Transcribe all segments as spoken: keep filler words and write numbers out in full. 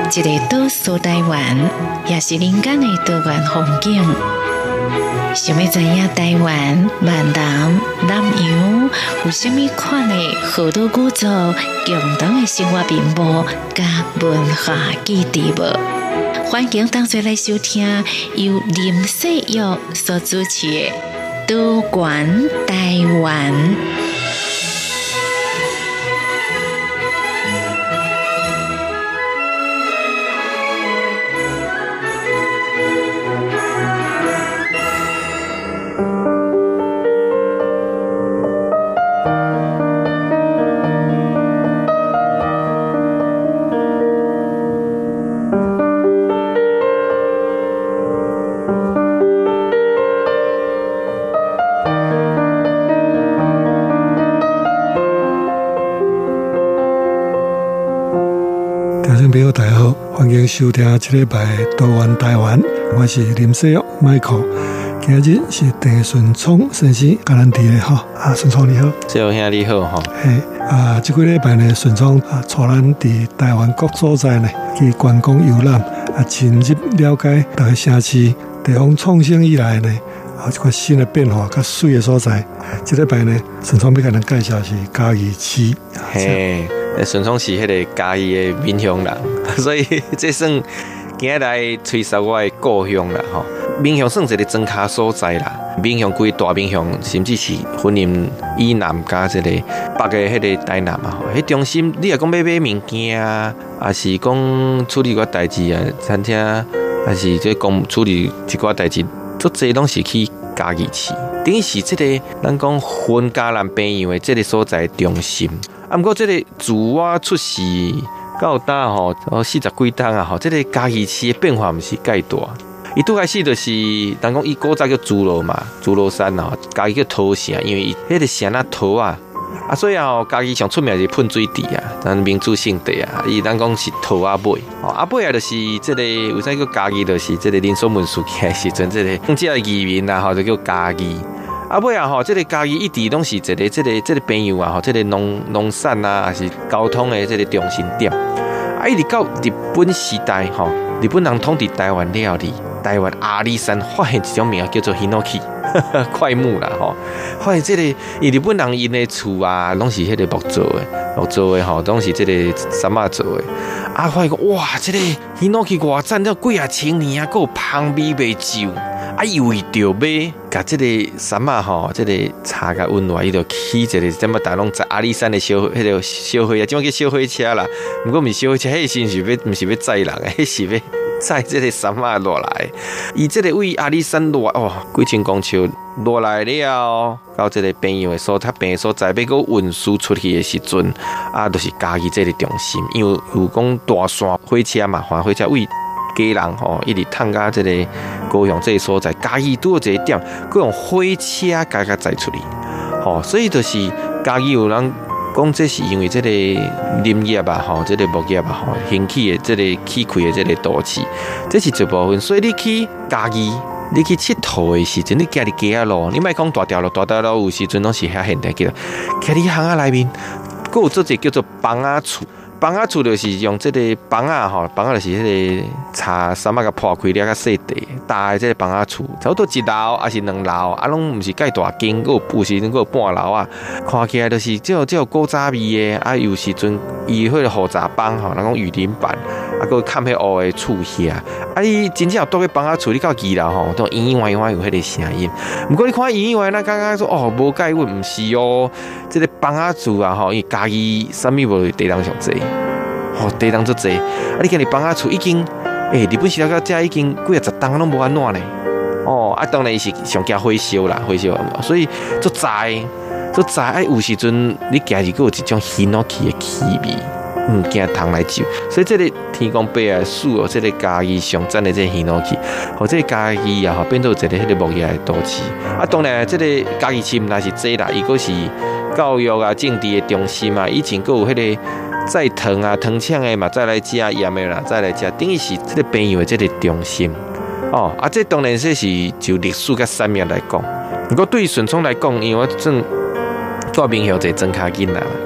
一个岛屿台湾，也是人间的多元风景。想要知影台湾闽南南洋有什么款的好多古早共同的生活面貌甲文化记忆无？欢迎同齐来收听由林世玉所主持的《多元台湾》。 听众朋友大家好，欢迎收听这礼拜《多元台湾》，我是林世玉 Michael。今日是郑顺聪先生甲咱提的哈，啊，顺聪你好， 世玉兄你好哈。 嘿，啊，这几礼拜呢，顺聪啊，带咱伫台湾各所在呢去观光游览，啊，深入了解大个城市地方创新以来呢，啊，一个新的变化、较水的所在。这礼拜呢，顺聪要甲咱介绍是嘉义市。 嘿。顺聪是迄个嘉义的闽乡人，所以这算今日来吹哨我的故乡啦吼。闽乡算一个庄脚所在啦，闽乡归大闽乡，甚至是分林以南加这个北的迄个台南嘛吼。迄中心你若讲要买物件啊，还是讲处理个代志啊，餐厅还是这讲处理一寡代志，足侪拢是去嘉义市。等于是这个咱讲分家人朋友的这个所在中心。啊，不过这个自我出世到大吼，四十几档啊吼，这个嘉义市的变化不是介大。伊拄开始就是人讲伊古早叫竹楼嘛，竹楼山啊，嘉义叫桃城，因为伊迄个城啊桃啊，啊所以啊嘉义上出名是喷水池啊，咱民主圣地啊，伊咱讲是桃啊尾，哦啊尾啊就是这个为啥叫嘉义，就是这个林守文事件的时阵，这个这个移民啊吼就叫嘉义。啊，尾啊吼，这个嘉义一直拢是一个这个这个朋友啊吼，这个农农产啊，还是交通的这个中心点。啊，一直到日本时代吼，日本人统治台湾了哩，台湾阿里山发现一种名叫做 Hinoki 快木啦吼。发现这个，因日本人因的厝啊，拢是迄个木做的，木做的吼，拢是这个杉仔做的。啊，发现讲哇，这个 Hinoki 偌赞，了几啊千年啊，还有香味未就。啊，伊为着买，甲这个杉仔吼，这个茶甲温暖，伊就起一个什么大拢在阿里山的小迄个小火啊，即马叫小火车啦。不过毋是小火车，迄是是要毋是要载人的，迄是要载这个杉仔落来。伊这个为阿里山落哦，几千公尺落来了，到这个朋友的所他病的所在，要个运输出去的时阵，啊，就是嘉义这个中心，因为有讲大山火车嘛，环火车为。家人吼，一直探到这个高雄这个所在，嘉义拄到一个点，佮用火车加加载出去，吼，所以就是嘉义有人讲，这是因为这个林业啊，吼，这个木业啊，吼，兴起的这个起开的这个都市，这是一部分。所以你去嘉义，你去佚佗的时阵，你行伫街仔路，你莫讲大条路，大条路有时阵拢是遐现代叫，徛伫巷仔内面，佮有做一个叫做房仔厝。房仔厝就是用这个房仔吼，房仔就是迄个茶杉仔甲破开了较细地，搭的这个房仔厝，差不多一楼还是两楼，啊，拢毋是介大间，佮有时阵佮有半楼啊，看起来就是只有只有古早味的，啊，有时阵伊迄个复杂房吼，人讲雨林版，啊，佮看迄乌的厝遐，啊，伊真正住个房仔厝，你到二楼吼，都隐隐约约有迄个声音。不过你看隐隐约约，咱刚刚说哦，无介稳，毋是哦，这个房仔厝啊吼，伊家己啥物无地人上济。哦，地动足济，啊！你今日房仔厝已经，诶、欸，日本时代到遮已经几啊十栋拢无安怎呢？哦，啊，当然是上惊火烧啦，火烧啊，所以足在足在，哎，有时阵你行入，有一种稀诺气的气味，物件通来就，所以这个天公伯啊，树哦，这个嘉义上赞的这稀诺气，或者嘉义啊，变做一个迄个木业的都市。啊，当然，这个嘉义市毋但是这啦，伊个是教育啊、政治的中心啊，以前个有迄个。再糖啊，糖厂的嘛，再来食盐的啦，再来食，等于是这个朋友的这个中心哦。啊，这当然这是就历史甲产业来讲。不过对于顺聪来讲，因为我正做闽乡一个庄脚囡仔，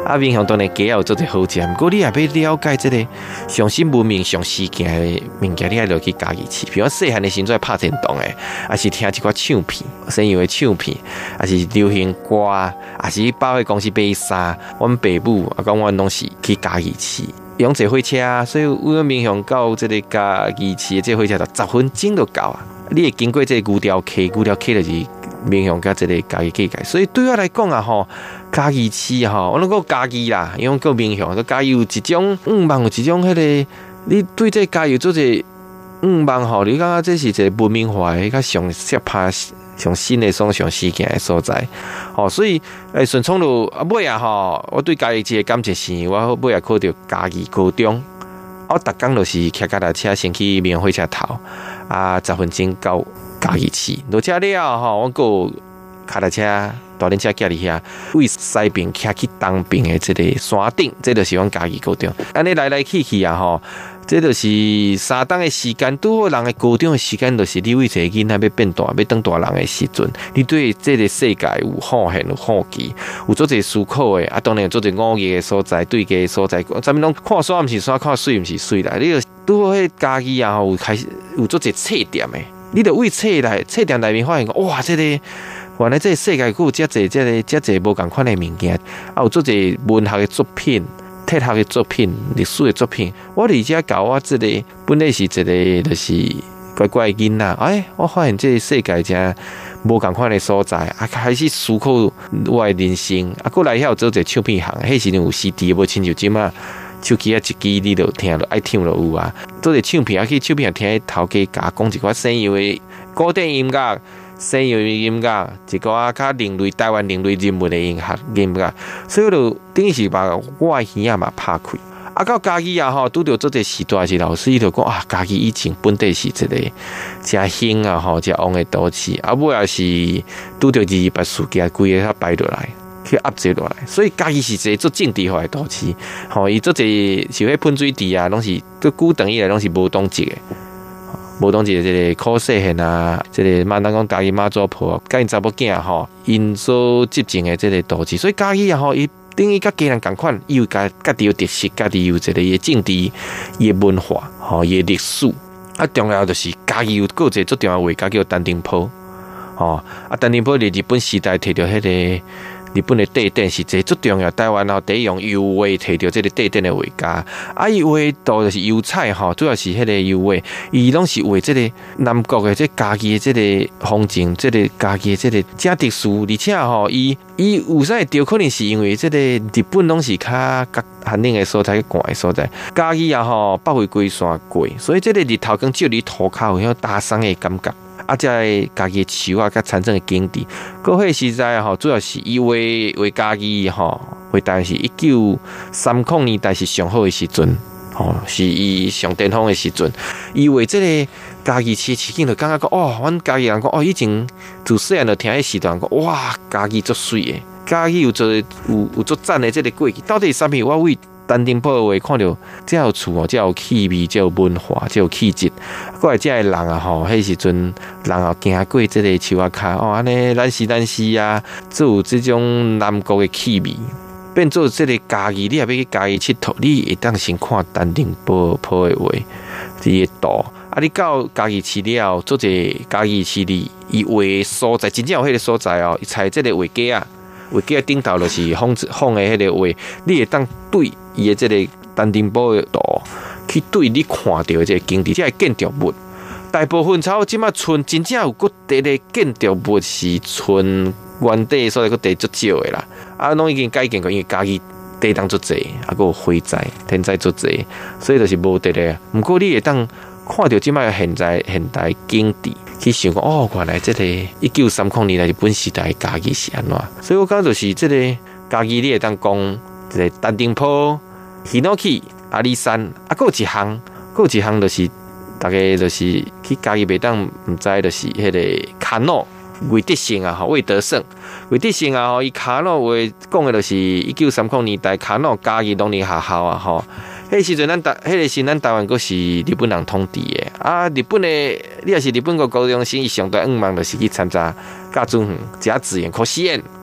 啊，民雄当然鸡也有做者好食，不过你也要了解这个上新文明、上时件的物件，你还落去家己饲。比如细汉的时阵拍电动的，还是听一寡唱片，西洋的唱片，还是流行歌，还是百货公司买衫。阮爸母啊，讲阮拢是去家己饲。用坐火车，所以阮民雄到这个家己饲的这火车就十分钟就到啊。你会经过这个牛寮溪，牛寮溪就是民雄甲这个家己界界，所以对我来讲啊，吼，家己饲吼，我拢讲家己啦，因为讲民雄，家己有一种五万有一种迄、那个，你对这家己做者五万吼，你感觉这是一个文明化的，较上适拍。上新的、上上时件的所在，哦，所以诶，顺创路啊，尾啊吼，我对家己这个感觉是，我尾啊考到家己高中，我逐工就是骑脚踏车先去民雄火车头，啊，十分钟到家己饲，落车了吼，我个脚踏车、大轮车寄伫遐，为西边骑去东边的这个山顶，这就是阮家己高中，安尼来来去去啊吼。这就是三档的时间，拄好人的高中的时间，就是你为一个囡仔要变大、要当大人的时阵，你对这个世界有好现、有好奇，有做者思考的，啊，当然有做者五艺的所在、对家的所在，咱们拢看山毋是山，看水毋是水啦。你就拄好迄家己啊，有开始有做者册店的，你就为册来册店内面发现，哇，这个原來這個世界有遮濟、遮個、遮濟無共款的物件，啊，有做者文學的作品。體學的作品、歷史的作品，我而家教我這個本來是一個就是乖乖的囡仔，哎，我發現這個世界真無同款的所在，啊，開始思考我的人生，啊，過來遐有做者唱片行，迄時陣有 C D 無親像即馬手機啊一支你就聽了愛聽就有啊，做者唱片啊去唱片行聽頭家甲講一寡西洋的古典音樂。西洋音樂，一個啊較另類台灣另類人文的音樂音樂，所以就等於是把我的耳仔嘛拍開。啊，到家己啊吼，拄着做這時代是老師，伊就講啊，家己以前本地是一個誠興啊吼，誠旺的都市，啊尾也是拄着二二八事件，規個它擺落來，去壓制落來，所以家己是一個做政治化的都市，吼，伊做這像迄噴水池啊，攏是個久長以來攏是無黨籍的。無當一個這個考試現啊，這個萬人講家己媽祖婆，甲因查某囝吼，因所執政的這個都市，所以家己啊吼，伊等於甲家人共款，伊有家家己有特色，家己有一個伊政治、伊文化、吼伊歷史，啊重要就是家己有個一個最重要話，家己有單丁鋪，吼啊單丁鋪佇日本時代摕到迄個。日本的地點是最最重要，台灣吼第一用油畫摕到這個地點的畫家，啊伊畫圖就是油彩吼，主要是迄個油畫，伊攏是畫這個南國的這家己的這個風景，這個家己的這個真特殊，而且吼伊伊有啥會對，可能是因為這個日本攏是較較寒冷的所在、寒的所在，家己啊吼北回歸山過，所以這個日頭跟照你塗骹有迄打傷的感覺。啊，即個家己樹啊，甲產生的景致，嗰個時代吼，主要是以為為家己吼，為但是一九三零年代是上好的時陣，吼，是伊上巔峰的時陣，以為即個家己飼飼景就感覺講，哦，阮家己人講，哦，以前自細漢就聽迄時段講，哇，家己足水的，家己有做有有足讚的即個過去，到底是啥物？我為單丁鋪的話，看到這有厝哦，這有氣味，這有文化，這有氣質。過來這個人啊，吼，迄時陣人啊行過這個樹仔骹，哦，安尼咱是咱是啊，做有這種南國的氣味，變做這個家己，你也要去家己佚佗，你會當先看單丁鋪鋪的話，這個圖啊，你到家己飼了，做者家己飼哩，伊畫所在真正有迄個所在哦，伊採這個畫架啊。畫架頂頭就是放放的迄個畫，你會當對伊的這個單丁鋪的圖去對你看到的這個景致，這個建築物，大部分差不多即馬村真正有個地個建築物是村原地所在個地足少的啦，啊，攏已經改建過，因為家己地當足濟，啊，個火災、天災足濟，所以就是無得咧。不過你會當看到即馬現在現代景致。去想講哦，原來這個一九三零年代日本時代家己是安怎，所以我感覺就是這個家己你會當講，這個單丁鋪、喜諾去、阿里山，啊，還有一項，還有一項就是大家就是去家己袂當唔知，就是迄個卡諾魏德勝啊，吼魏德勝，魏德勝啊，吼伊卡諾話講的就是一九三零年代卡諾家己農林學校啊，吼。迄時陣，咱台迄個是咱台灣，閣是日本人統治的啊。日本的，你若是日本個高中生，伊上大願望就是去參加甲準園、甲志願、考試驗，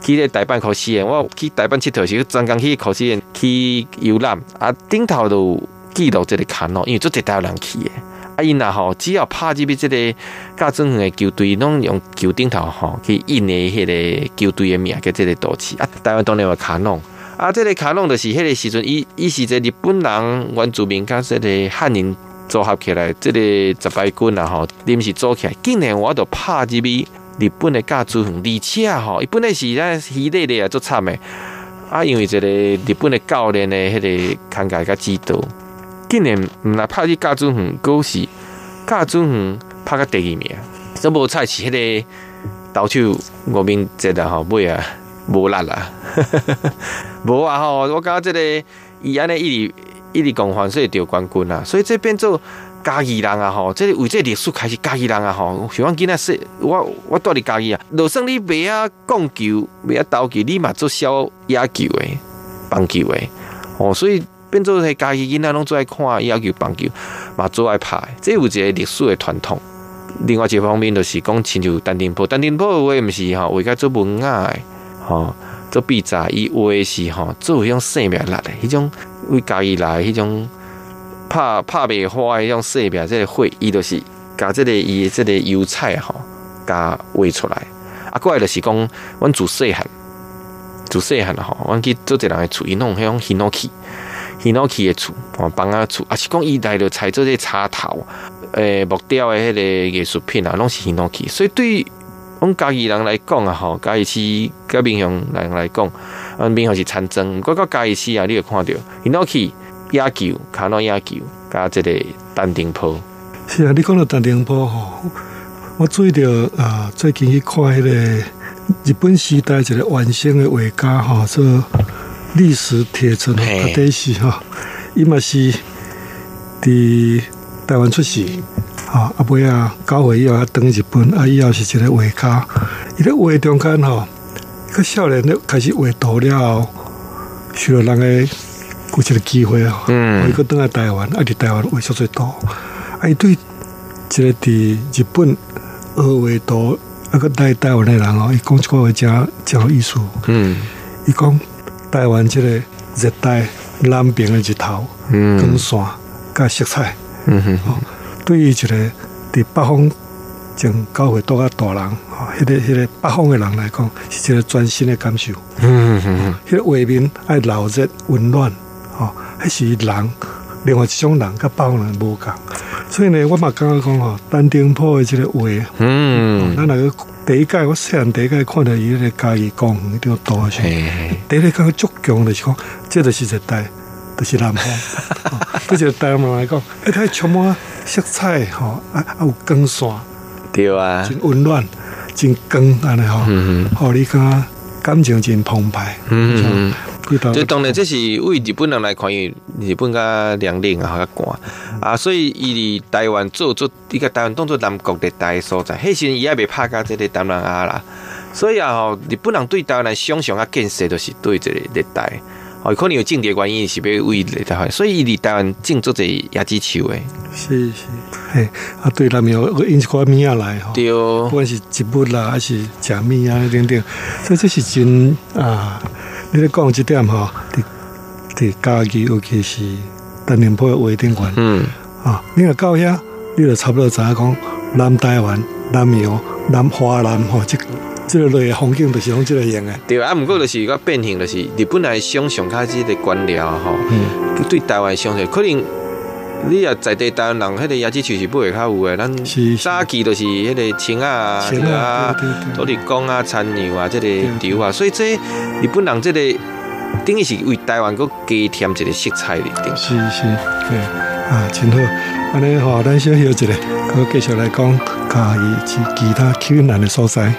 去咧台北考试验，我去台北佚佗时，专工去考试验去游览，啊，顶头就记录这个卡诺，因为做一台人去的。啊，因啊吼，只要拍入去这个甲准远的球队，拢用球顶头吼去印的迄个球队的名，叫这个图示。啊，台湾当然有卡诺，啊，这个卡诺就是迄个时阵，伊伊是一个日本人原住民甲这个汉人组合起来，这个十八军啊吼，临时组起来，竟然我都拍入去日本的甲准远，而且吼，伊本来是咱稀累累啊，足惨的。啊，因为一个日本的教练的迄个看解甲指导。竟然唔来拍去甲准远，果是甲准远拍到第二名，这无彩是迄个投手吴明哲啊吼，尾啊无力啦，无啊吼，我感觉这个伊安尼一直一直讲反所以得冠军啊，所以这变做嘉义人啊吼，这为这历史开始嘉义人啊吼，像我囡仔说，我我住伫嘉义啊，就算你袂晓讲球，袂晓投球，你嘛做小野球的、棒球的，哦，所以。变做迄家己囡仔拢最爱看野球、棒球，嘛最爱拍，这有一个历史的传统。另外一方面就是讲，亲像陈定波，陈定波的话毋是吼，为甲做文雅的，吼做比赛，伊话是吼做迄种生命力的，迄种为家己来迄种拍拍袂花的迄种生命，这个火，伊就是甲这个伊这个油菜吼，甲画出来。啊，过来就是讲，阮自细汉，自细汉吼，阮去做一人的厝，伊弄迄种ฮิ诺器。希诺奇的厝，哦，帮啊厝，啊是讲伊来就采做这插头，诶，木雕的迄个艺术品啊，拢是希诺奇。所以对阮嘉义人来讲啊，吼，嘉义市甲民雄人来讲，啊，民雄是参政，不过到嘉义市啊，你会看到希诺奇野球、卡诺野球，加这个单顶坡。 是啊，你讲到单顶坡吼，我注意到啊，最近去看迄个日本时代一个完整的画家吼，做。历史铁城啊，第是哈，伊嘛是伫台湾出世，啊，阿尾啊九岁以后登日本，啊以后是一个画家。伊咧画中间吼，个少年咧开始画图了后，受到人诶有一个机会吼，嗯，伊个登来台湾，啊伫台湾画出最多，啊伊对一个伫日本学画图，啊个来台湾诶人吼，伊讲一句话真真有意思，嗯，伊讲。台湾这个热带南边的日头、光线、加色彩，嗯哼，哦，对于一个伫北方从九岁到啊大人，哦，迄个迄个北方的人来讲，是一个全新的感受。嗯哼哼，迄个画面爱热热温暖，哦，迄是人另外一种人，甲北方人无共。所以呢，我嘛感觉讲吼，单顶坡的这个画，嗯，咱那个。第一届我细汉第一届看到伊咧嘉义公园迄条道上，第一个感觉足强就是讲，这就是热带，就是南方。对一个台湾人来讲，哎，它充满色彩吼，啊啊有光线， 对啊， 真温暖，真光安尼吼，互你感感情真澎湃。嗯。 这当然，这是为日本人来看，因为日本甲凉冷啊，较寒啊，所以伊伫台湾做做，伊甲台湾当做南国热带的所在。迄时伊也未拍到这个东南亚啦，所以啊，吼，日本人对台湾的想象啊建设，就是对这个热带。哦，可能有政治原因是要为热带，所以伊伫台湾种做者椰子树的。 是是，嘿，啊对，内面有引一寡物仔来吼， 对， 不管是植物啦，还是食物啊等等，所以这是真啊。你咧讲这点吼，伫伫嘉义尤其是单顶坡的画顶馆，嗯，啊，你若到遐，你就差不多知影讲南台湾、南苗、南华南吼，这这个类的风景就是讲这个样的。 对啊，不过就是个变形，就是日本来想象较这个官僚吼，嗯，对台湾想象可能。你也在地台湾人，迄个椰子树是不会较有诶。咱早期就是迄个青啊、啊、土地公啊、田牛啊，这个牛啊，所以这日本人这个等于是为台湾佫加添一个色彩里顶。 是是，对啊，真好。安尼吼，咱小休一下，佮继续来讲嘉义及其他吸引人的所在。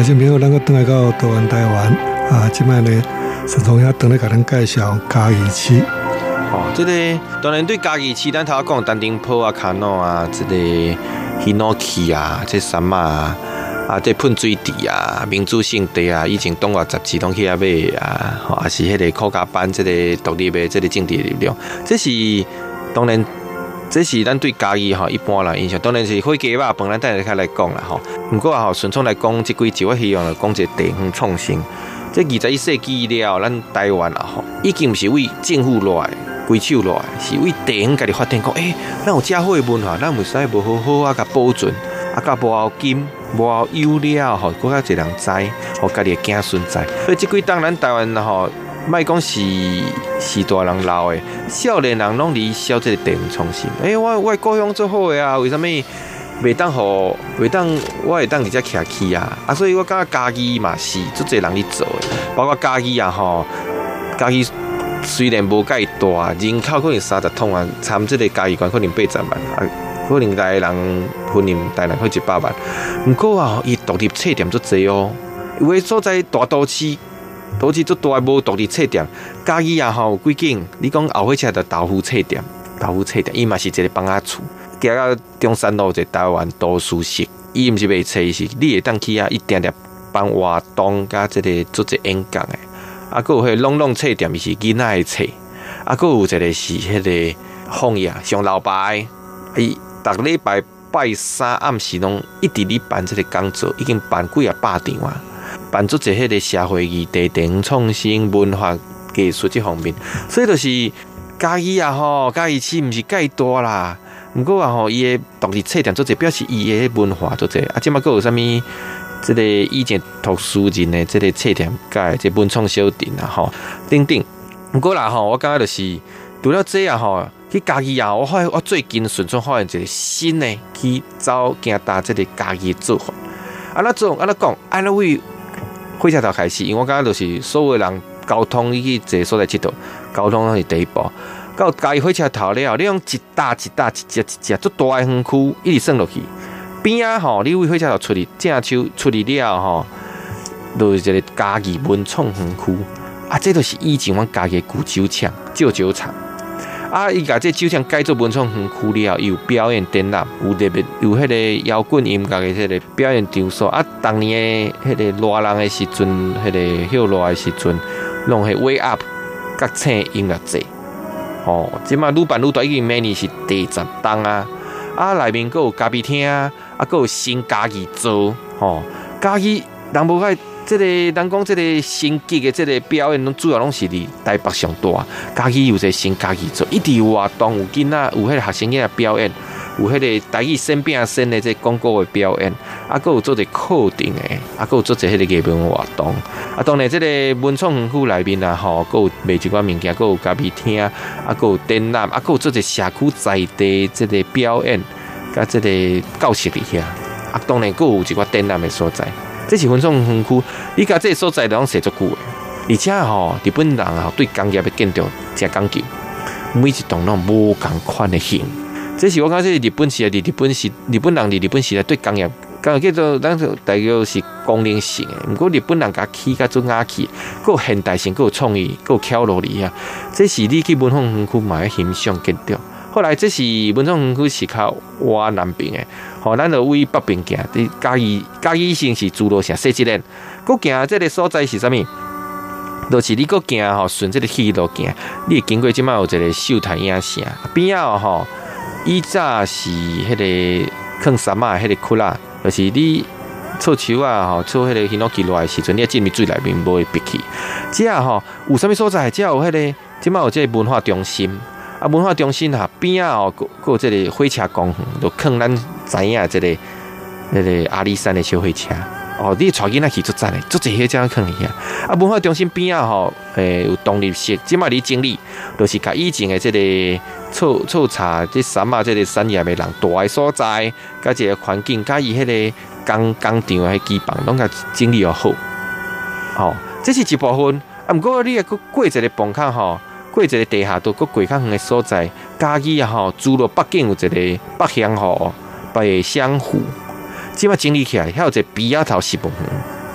听众朋友，咱个转来到台湾台湾啊，即摆呢，沈从遐转来甲咱介绍嘉义市。 哦，这个当然对嘉义市，咱头讲丹顶坡啊、卡诺啊，这个希诺奇啊，这山马啊，啊，这喷水池啊、民主圣地啊，以前东华杂志拢去遐买啊，吼，也是迄个考加班，这个独立的这个政治力量，这是当然。这是咱对嘉义吼一般人印象，当然是火鸡肉饭，咱等下来讲啦吼。不过啊吼，顺从来讲这几集，我希望来讲一个地方创新。这二十一世纪了，咱台湾啊吼，已经不是为政府来规手来，是为地方家己发展讲，诶、欸，咱有这好的文化，咱为使无好好啊甲保存，啊甲无后金、无后有了吼，更加侪人知，互家己的子孙知。所以这几档咱台湾吼。莫讲是是大人老的，少年人拢离小这个地方创新。诶、欸，我我故乡做好的啊，为什么袂当互袂当我会当直接徛起啊？啊，所以我感觉嘉义嘛是足侪人去做的，包括嘉义啊吼，嘉义虽然无介大，人口可能三十通啊，参这个嘉义县可能八十万啊，可能台人婚姻台人可一百万。不过啊，伊独立册店足侪哦，有的所在大都市。都是做大无独立册店，嘉义啊吼几间，你讲后尾车就豆腐册店，豆腐册店，伊嘛是一个房仔厝，行到中山路一个台湾都市式，伊毋是卖册，是你会当去啊一点点办活动，甲即个做一演讲诶，啊，佮有迄拢拢册店是囡仔诶册，啊，佮有一个是迄个放野上老爸，伊逐礼拜拜三暗时拢一直咧办即个讲座，已经办几啊百场啊。办做一迄个社会议题、地方创新、文化艺术这方面，所以就是嘉义啊吼，嘉义市毋是介大啦。不过啊吼，伊个独立册店做者表示伊个文化做者，啊，即马佫有啥物？即个以前读书人的即个册店，甲即文创小店啊吼，等等。不过啦吼，我感觉就是除了这啊吼，去嘉义啊，我发现我最近顺便发现一个新的去走行搭即个嘉义做法。啊，那做啊，那讲啊，那为火车头开始，因为我感觉就是所有人交通你去一个所在佚佗，交通是第一步。到嘉义火车头了，你用一搭一搭一只一只足大的园区一直算落去，边仔吼，你为火車頭出去，正手出去了吼，就是一個嘉義文創園區啊，這就是以前阮嘉義古酒廠、舊酒廠啊，伊甲這酒廠改做文創園區了，有表演展覽，有特別有迄個搖滾音樂的迄個表演場所啊。當年的迄個熱人的時陣，迄、那個響熱的時陣，攏係 wake up 甲請音樂節哦。即馬愈辦愈大，已經明年是第十檔啊。啊，內面閣有咖啡廳啊，啊，閣有新嘉義座吼。嘉義人無解，即個咱講即個新劇嘅即個表演，攏主要攏是佇台北上大。嘉義有一個新嘉義座，一直有活動，有囡仔，有迄個學生囝表演，有迄個台語新餅新的即廣告嘅表演，啊，閣有做者課程嘅，啊，閣有做者迄個藝文活動。啊，當然即個文創園區內面啊，吼，閣有賣一寡物件，閣有咖啡廳，啊，閣有展覽，啊，閣有做者社區在地即個表演，甲即個教室裡遐。啊，當然閣有一寡展覽嘅所在。這是文創園區，你甲這個所在攏寫足久誒，而且吼，日本人吼對工業嘅建築真講究，每一棟攏無共款嘅型。這是我感覺日本時啊，日本時日本人佇日本時來對工業，工業叫做咱大約是功能性誒。毋過日本人甲起甲做雅起，閣有現代性，閣有創意，閣有巧落嚟啊。這是你去文創園區嘛要欣賞見到。後來這是文創園區是較挖南邊誒。吼，咱就為北邊行，伫嘉義嘉義縣是主路城西一鏈，佮行這個所在是啥物？就是你佮行吼，順這個去路行，你會經過即擺有一個秀台影城邊仔吼，以早是迄個放山馬迄個窟啦，就是你厝樹啊吼，厝迄個迄落去落來時陣，你進入水內面無會逼去。即下吼有啥物所在？即下有迄個，即擺有這個文化中心。啊，文化中心哈邊啊哦，閣有這個火車公園，就囥咱知影這個那個阿里山的小火車哦，你帶囡仔去足讚的，足濟火車囥去啊。啊，文化中心邊啊吼，誒有獨立式，即馬你經歷，就是甲以前的這個厝厝茶，這山啊，這個產業的人大嘅所在，甲一個環境，甲伊迄個工工廠的基本，攏甲整理又好。哦，這是一部分。啊，毋過你個過一個棚口吼。過一個地下道，個過較遠的所在，嘉義啊吼，除了北境有一個北鄉河、北鄉湖，即馬整理起來，還有一個鼻仔頭石門園，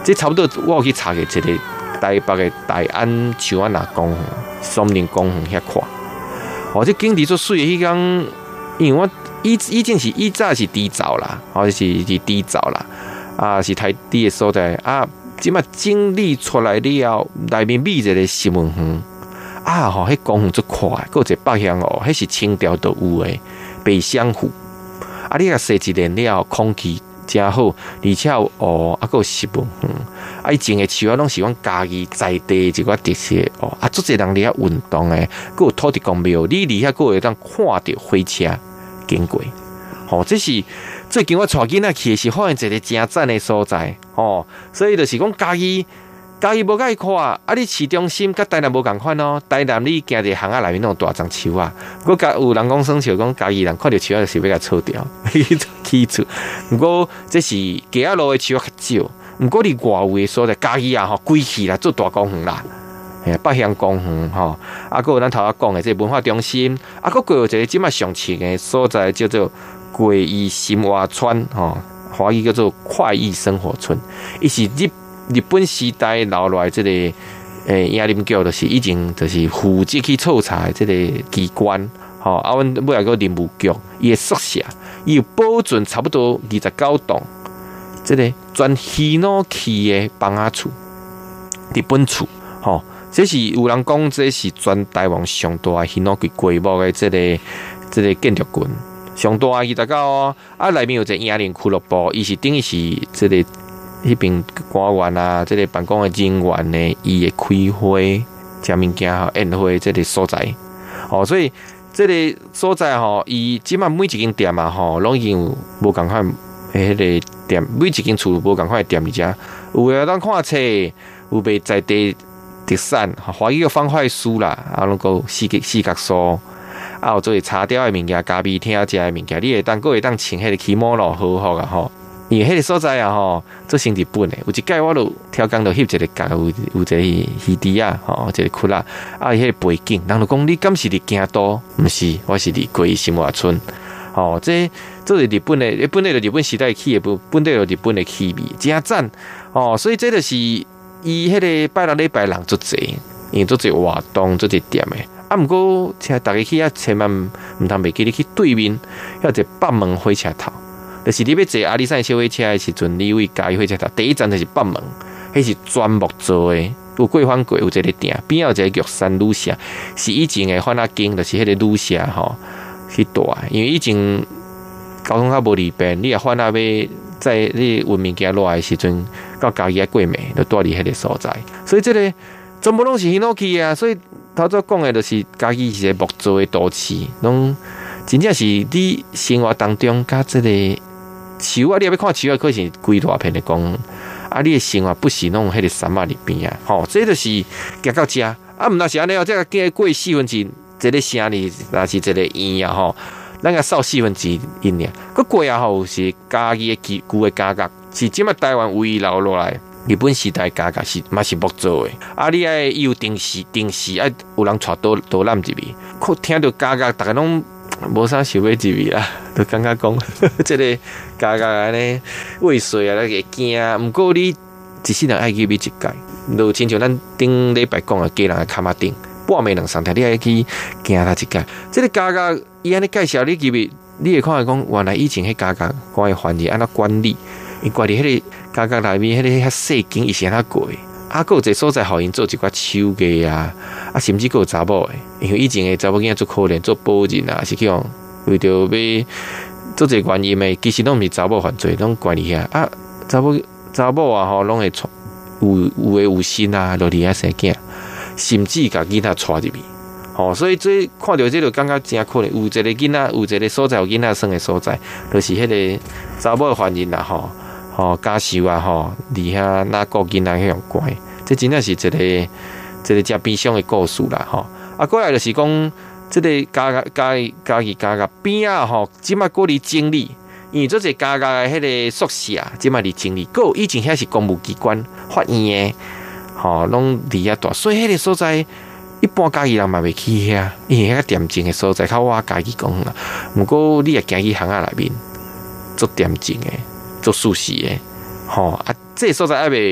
这差不多我有去查过一个台北的大安树仔那公园、松林公园遐看。哦，这景地做水的迄天，因为我以以前是以早是低潮啦，或者是是低潮啦，啊是太低的所在啊。即马整理出来了，内面美一个新闻园啊，吼，迄公园足快，还有一个北向哦，迄是清朝都有的北香湖。啊，你甲设置连了，空气真好，而且有哦，啊，有新闻园。啊，以前的树啊，拢是阮家己在地一个特色哦，啊，足侪人伫遐运动诶，还有土地公庙，你伫遐还会当看到火车经过。哦，这是最近我带囡仔去，是发现一个真赞的所在哦。所以就是讲，家己家己无甲伊看，啊，你市中心甲台南无共款哦。台南你行伫巷仔内面那种大樟树啊，我家有人讲生笑，讲家己人看到树啊，就是要甲错掉，起厝。不过这是街仔路的树啊较少，不过你外围所在家己啊吼，规起啦做大公园啦。诶，北向公园吼，啊，还有咱头仔讲的这文化中心，啊，还有一个即马上新的所在叫做桂义新华村吼，华语叫做快意生活村。伊是日日本时代留落来这个诶，椰林桥就是以前就是负责去抽查这个机关吼，啊，阮尾来个林务局伊的宿舍，伊有保存差不多二十九栋，这个全希诺区的房仔厝，日本厝吼。这是有人讲，这是全台湾上大的希诺区规模的这个这个建筑群，上大二十九哦。啊，内面有一个椰林俱乐部，伊是等于是这个迄边官员啊，这个办公的人员呢，伊会开会、食物件、吼宴会这个所在。哦，所以这个所在吼，伊即满每一间店啊吼，拢有无共款诶，迄个店，每一间厝无共款的店伫遮，有诶当看册，有卖在地。特产，华语个方块酥啦，啊，拢个四角四角酥，啊，有做茶雕的物件，咖啡厅食的物件，你会当个会当穿迄个起毛路好好啊吼。因为迄个所在啊吼，做成日本的，有一届我就挑工就翕一个角，有有一个鱼池啊，吼，一个窟啊，啊，迄个背景，人就讲你敢是伫京都？毋是，我是伫桂新华村。哦，这这是日本的，本地就日本时代起的，本地就日本的气味，真赞哦。所以这就是。伊迄个拜六礼拜人足济，因为足济活动、足济店诶。啊，毋过请大家去遐千万毋通袂记你去对面，遐一个北门火车头，就是你要坐阿里山小火车诶时阵，你位嘉义火车头第一站就是北门，迄是砖木做诶，有过番过有一个店，边有一个玉山女社，是以前诶番仔经，就是迄个女社吼去住，因为以前交通较无利便，你也番仔要。在你运物件落来的时阵，到家己的过暝，就住伫迄个所在。所以这个全部拢是希诺区啊！所以头早讲的，就是家己是一个木造的都市，拢真正是你生活当中，甲这个树啊，你要看树啊，可是规大片的公园啊，你的生活不是弄迄个山仔里边啊，吼，这就是行到遮啊，毋那是安尼哦，这个过四分之一个城里，若是一个院啊，吼。咱个扫四分之一呢，个过啊吼是家己的旧的家具，是即马台湾唯一留落来日本时代家具是嘛是木做的。啊，你爱有定时定时啊，有人带导导览入去，看听到家具，大家拢无啥想要入去啦，就感觉讲，即个家具安尼畏水啊，那个惊。毋过你一世人爱去去一届，就亲像咱顶礼拜讲的家人的卡马顶。半暝两三天，你爱去行他一届。这个家家伊安尼介绍你入去，你会看到讲，原来以前迄家家关于环境安怎管理，伊管理迄个家家内面迄个遐细景，伊是安怎过的。啊，还有一个所在，互因做一寡手艺啊，啊，甚至还有查某的，因为以前的查某囝做可怜做保人啊，是去用为着要做一个原因的，其实拢毋是查某犯罪，拢管理遐啊，查某查某啊吼，拢会有有诶有心啊，落伫遐生囝。甚至甲囡仔带入去，吼、哦，所以这看到这就感觉真可能有一个囡仔，有一个所在有囡仔生的所在，就是迄个查某的反应啦，吼，吼家属啊，吼，伫遐哪个囡仔迄样乖，这真正是一个一个真悲伤的故事啦，吼。啊，过来就是讲，这个家家家家己家家边啊，吼，即马过伫整理，因为做者家家的迄个宿舍，即马伫整理，个以前遐是公务机关、法院的。吼，拢伫遐大，所以迄个所在一般家己人嘛袂去遐，因为遐恬静的所在，较我家己讲啦。毋过你也行去巷仔内面，做恬静的，做舒适的，吼啊，这个所在还袂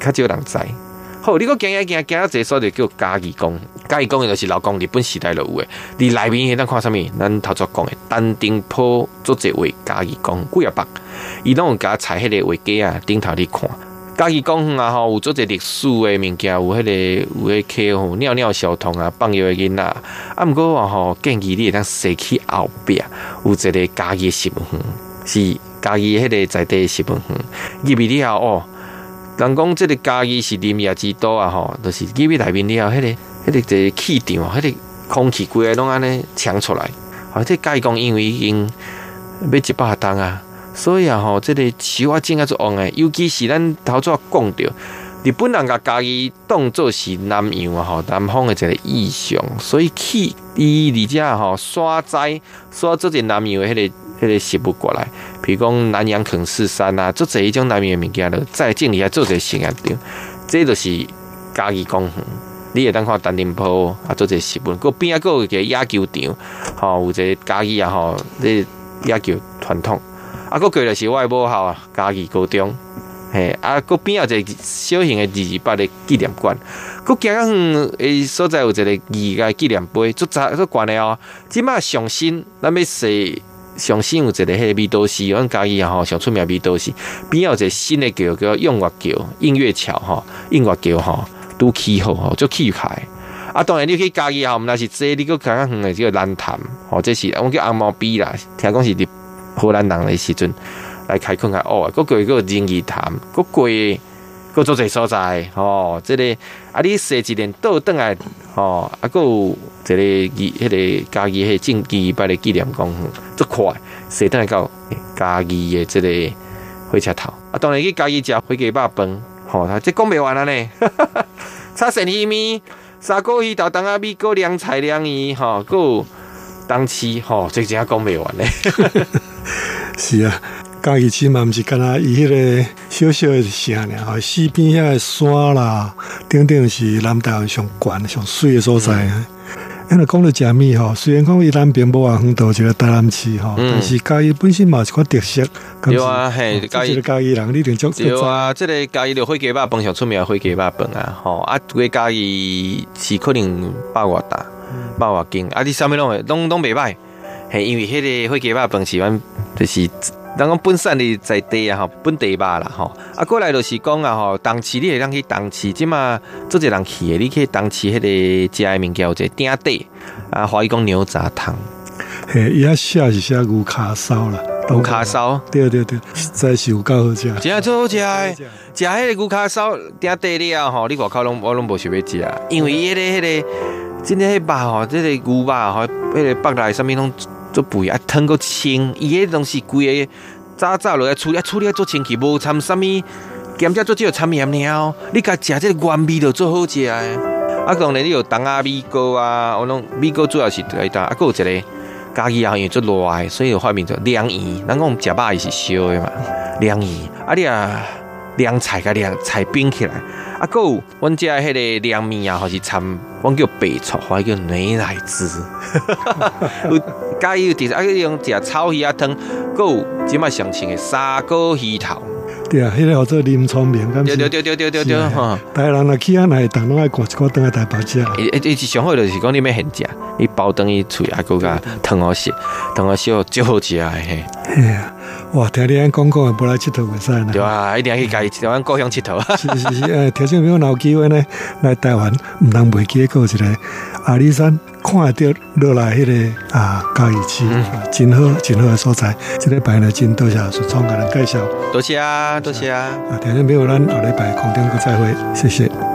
较少人知。好，你搁行行行行到一个所在叫嘉義宮，嘉義宮就是老公日本時代就有誒。你內面咱看啥物？咱頭先講誒，單丁鋪做一位嘉義宮，幾啊百，伊攏有甲踩迄個畫架啊，頂頭你看。嘉義宮啊吼，有做一歷史誒物件，有迄、那個有迄個吼尿尿小童啊，放藥誒囡仔。啊，毋過吼建議你會當踅去後壁，有一個嘉義食物園，是嘉義迄個在地食物園。入去了哦。人講即個嘉義是林業之都啊，吼，就是入去內面了，迄、那個、迄個一個氣場啊，迄個空氣規個攏安尼搶出來。啊，即嘉義宮因為已經要一百棟啊，所以啊，吼，即個樹啊種啊足旺誒，尤其是咱頭先講到，日本人甲嘉義當作是南洋啊，吼，南方誒一個意象，所以去伊而且吼山寨山做一南洋誒迄個。迄個食物過來，譬如講南洋肯士山啊，做這一種南洋的物件了，再進嚟做一個實驗場，這就是嘉義公園。你會當看單丁鋪啊，做一個食物，個邊啊個有一個野球場，吼有一個嘉義啊吼，這野球傳統，啊個過就是我的母校啊，嘉義高中，嘿，啊個邊有一個小型的二二八的紀念館，個行較遠誒所在有一個二個紀念碑，足雜足懸的哦，即馬上新，咱要說。上新有一個迄個米多西，阮嘉義啊吼上出名米多西，邊有一個新的橋叫永樂橋、映月橋吼、映月橋吼都起好吼，足氣派。啊，當然你去嘉義啊，毋那是這你個較較遠的這個蘭潭吼，這是我叫紅毛邊啦，聽講是佇荷蘭人的時陣來開墾較學的，嗰個個仁義潭，嗰個個做儕所在吼，這個啊你坐一年倒轉來吼，啊個有。一個義，迄個嘉義迄正二百個紀念公園，足快，坐轉來到嘉義的這個火車頭。啊，當然去嘉義食火雞肉飯，吼，這講袂完啊呢。炒鱔魚麵、砂鍋魚頭、當阿米糕、涼菜涼魚，吼，還有冬翅，吼，這真講袂完呢。 是啊，嘉義市嘛，毋是干那伊迄個小小的城爾，吼，四邊遐個山啦，頂頂是南台灣上懸、上水的所在。嗯因為講到食米吼，雖然講伊南邊無偌遠到一個台南市吼，嗯、但是嘉義本身嘛有一款特色。 對啊，嘿， 嘉義嘉義人你一定足知。 對啊，即、這個嘉義就火雞肉飯上出名，火雞肉飯啊，吼啊，個嘉義是可能百外大、百外間，啊，你啥物攏會攏攏袂歹，係因為迄個火雞肉飯是阮就是人講本省的在地啊，吼本地肉啦，吼啊，過來就是講啊，吼冬市你會當去冬市，即嘛做一人去的，你去冬市迄個食的物件有一個鼎底啊，華語講牛雜湯， 嘿，伊遐寫是寫牛腳燒啦， 牛腳燒， 對對對，實在是有夠好食， 真係好食的，食迄個牛腳燒鼎底了吼，你外口攏我攏無想要食，因為伊迄個迄個真正迄肉吼，即個牛肉吼，迄個北內啥物攏。做肥啊，湯個清，伊迄東西規個早早落來處理，處理做清氣，無摻啥物鹹只做只有摻鹽爾，你家食這個原味就做好食誒。啊，當然你有冬啊米糕啊，我攏米糕主要是來當，啊，還有一個嘉義啊，因為做熱誒，所以就發明做涼魚。咱講食肉伊是燒誒嘛，涼魚。啊，你啊涼菜甲涼菜冰起來，啊，還有阮食迄個涼麵啊，或是摻，阮叫白醋，或者叫美乃滋。有嘉義有啲啊，用食炒魚啊湯，還有即馬上清嘅砂鍋魚頭。 對啊，迄個叫做林聰明， 對對對對對對對，哈！ 台人若去遐內當攏愛掛一寡頓喺台北食。 伊伊是上好就是講你要現食，你包頓伊喙啊，佮甲湯好食，湯好食最好食誒嘿。 嘿啊！哇，聽你安講講啊，無來佚佗袂使呢。 對啊，一定要去嘉義台灣故鄉佚佗。 是是是，誒，聽眾朋友有機會呢，來台灣毋通袂記過一個阿里山，看到落來迄個啊嘉義市，真好真好嘅所在。這禮拜呢，真多謝順聰甲咱介紹。 多謝啊，多謝啊。 啊，聽眾朋友，咱下禮拜空中再會，謝謝。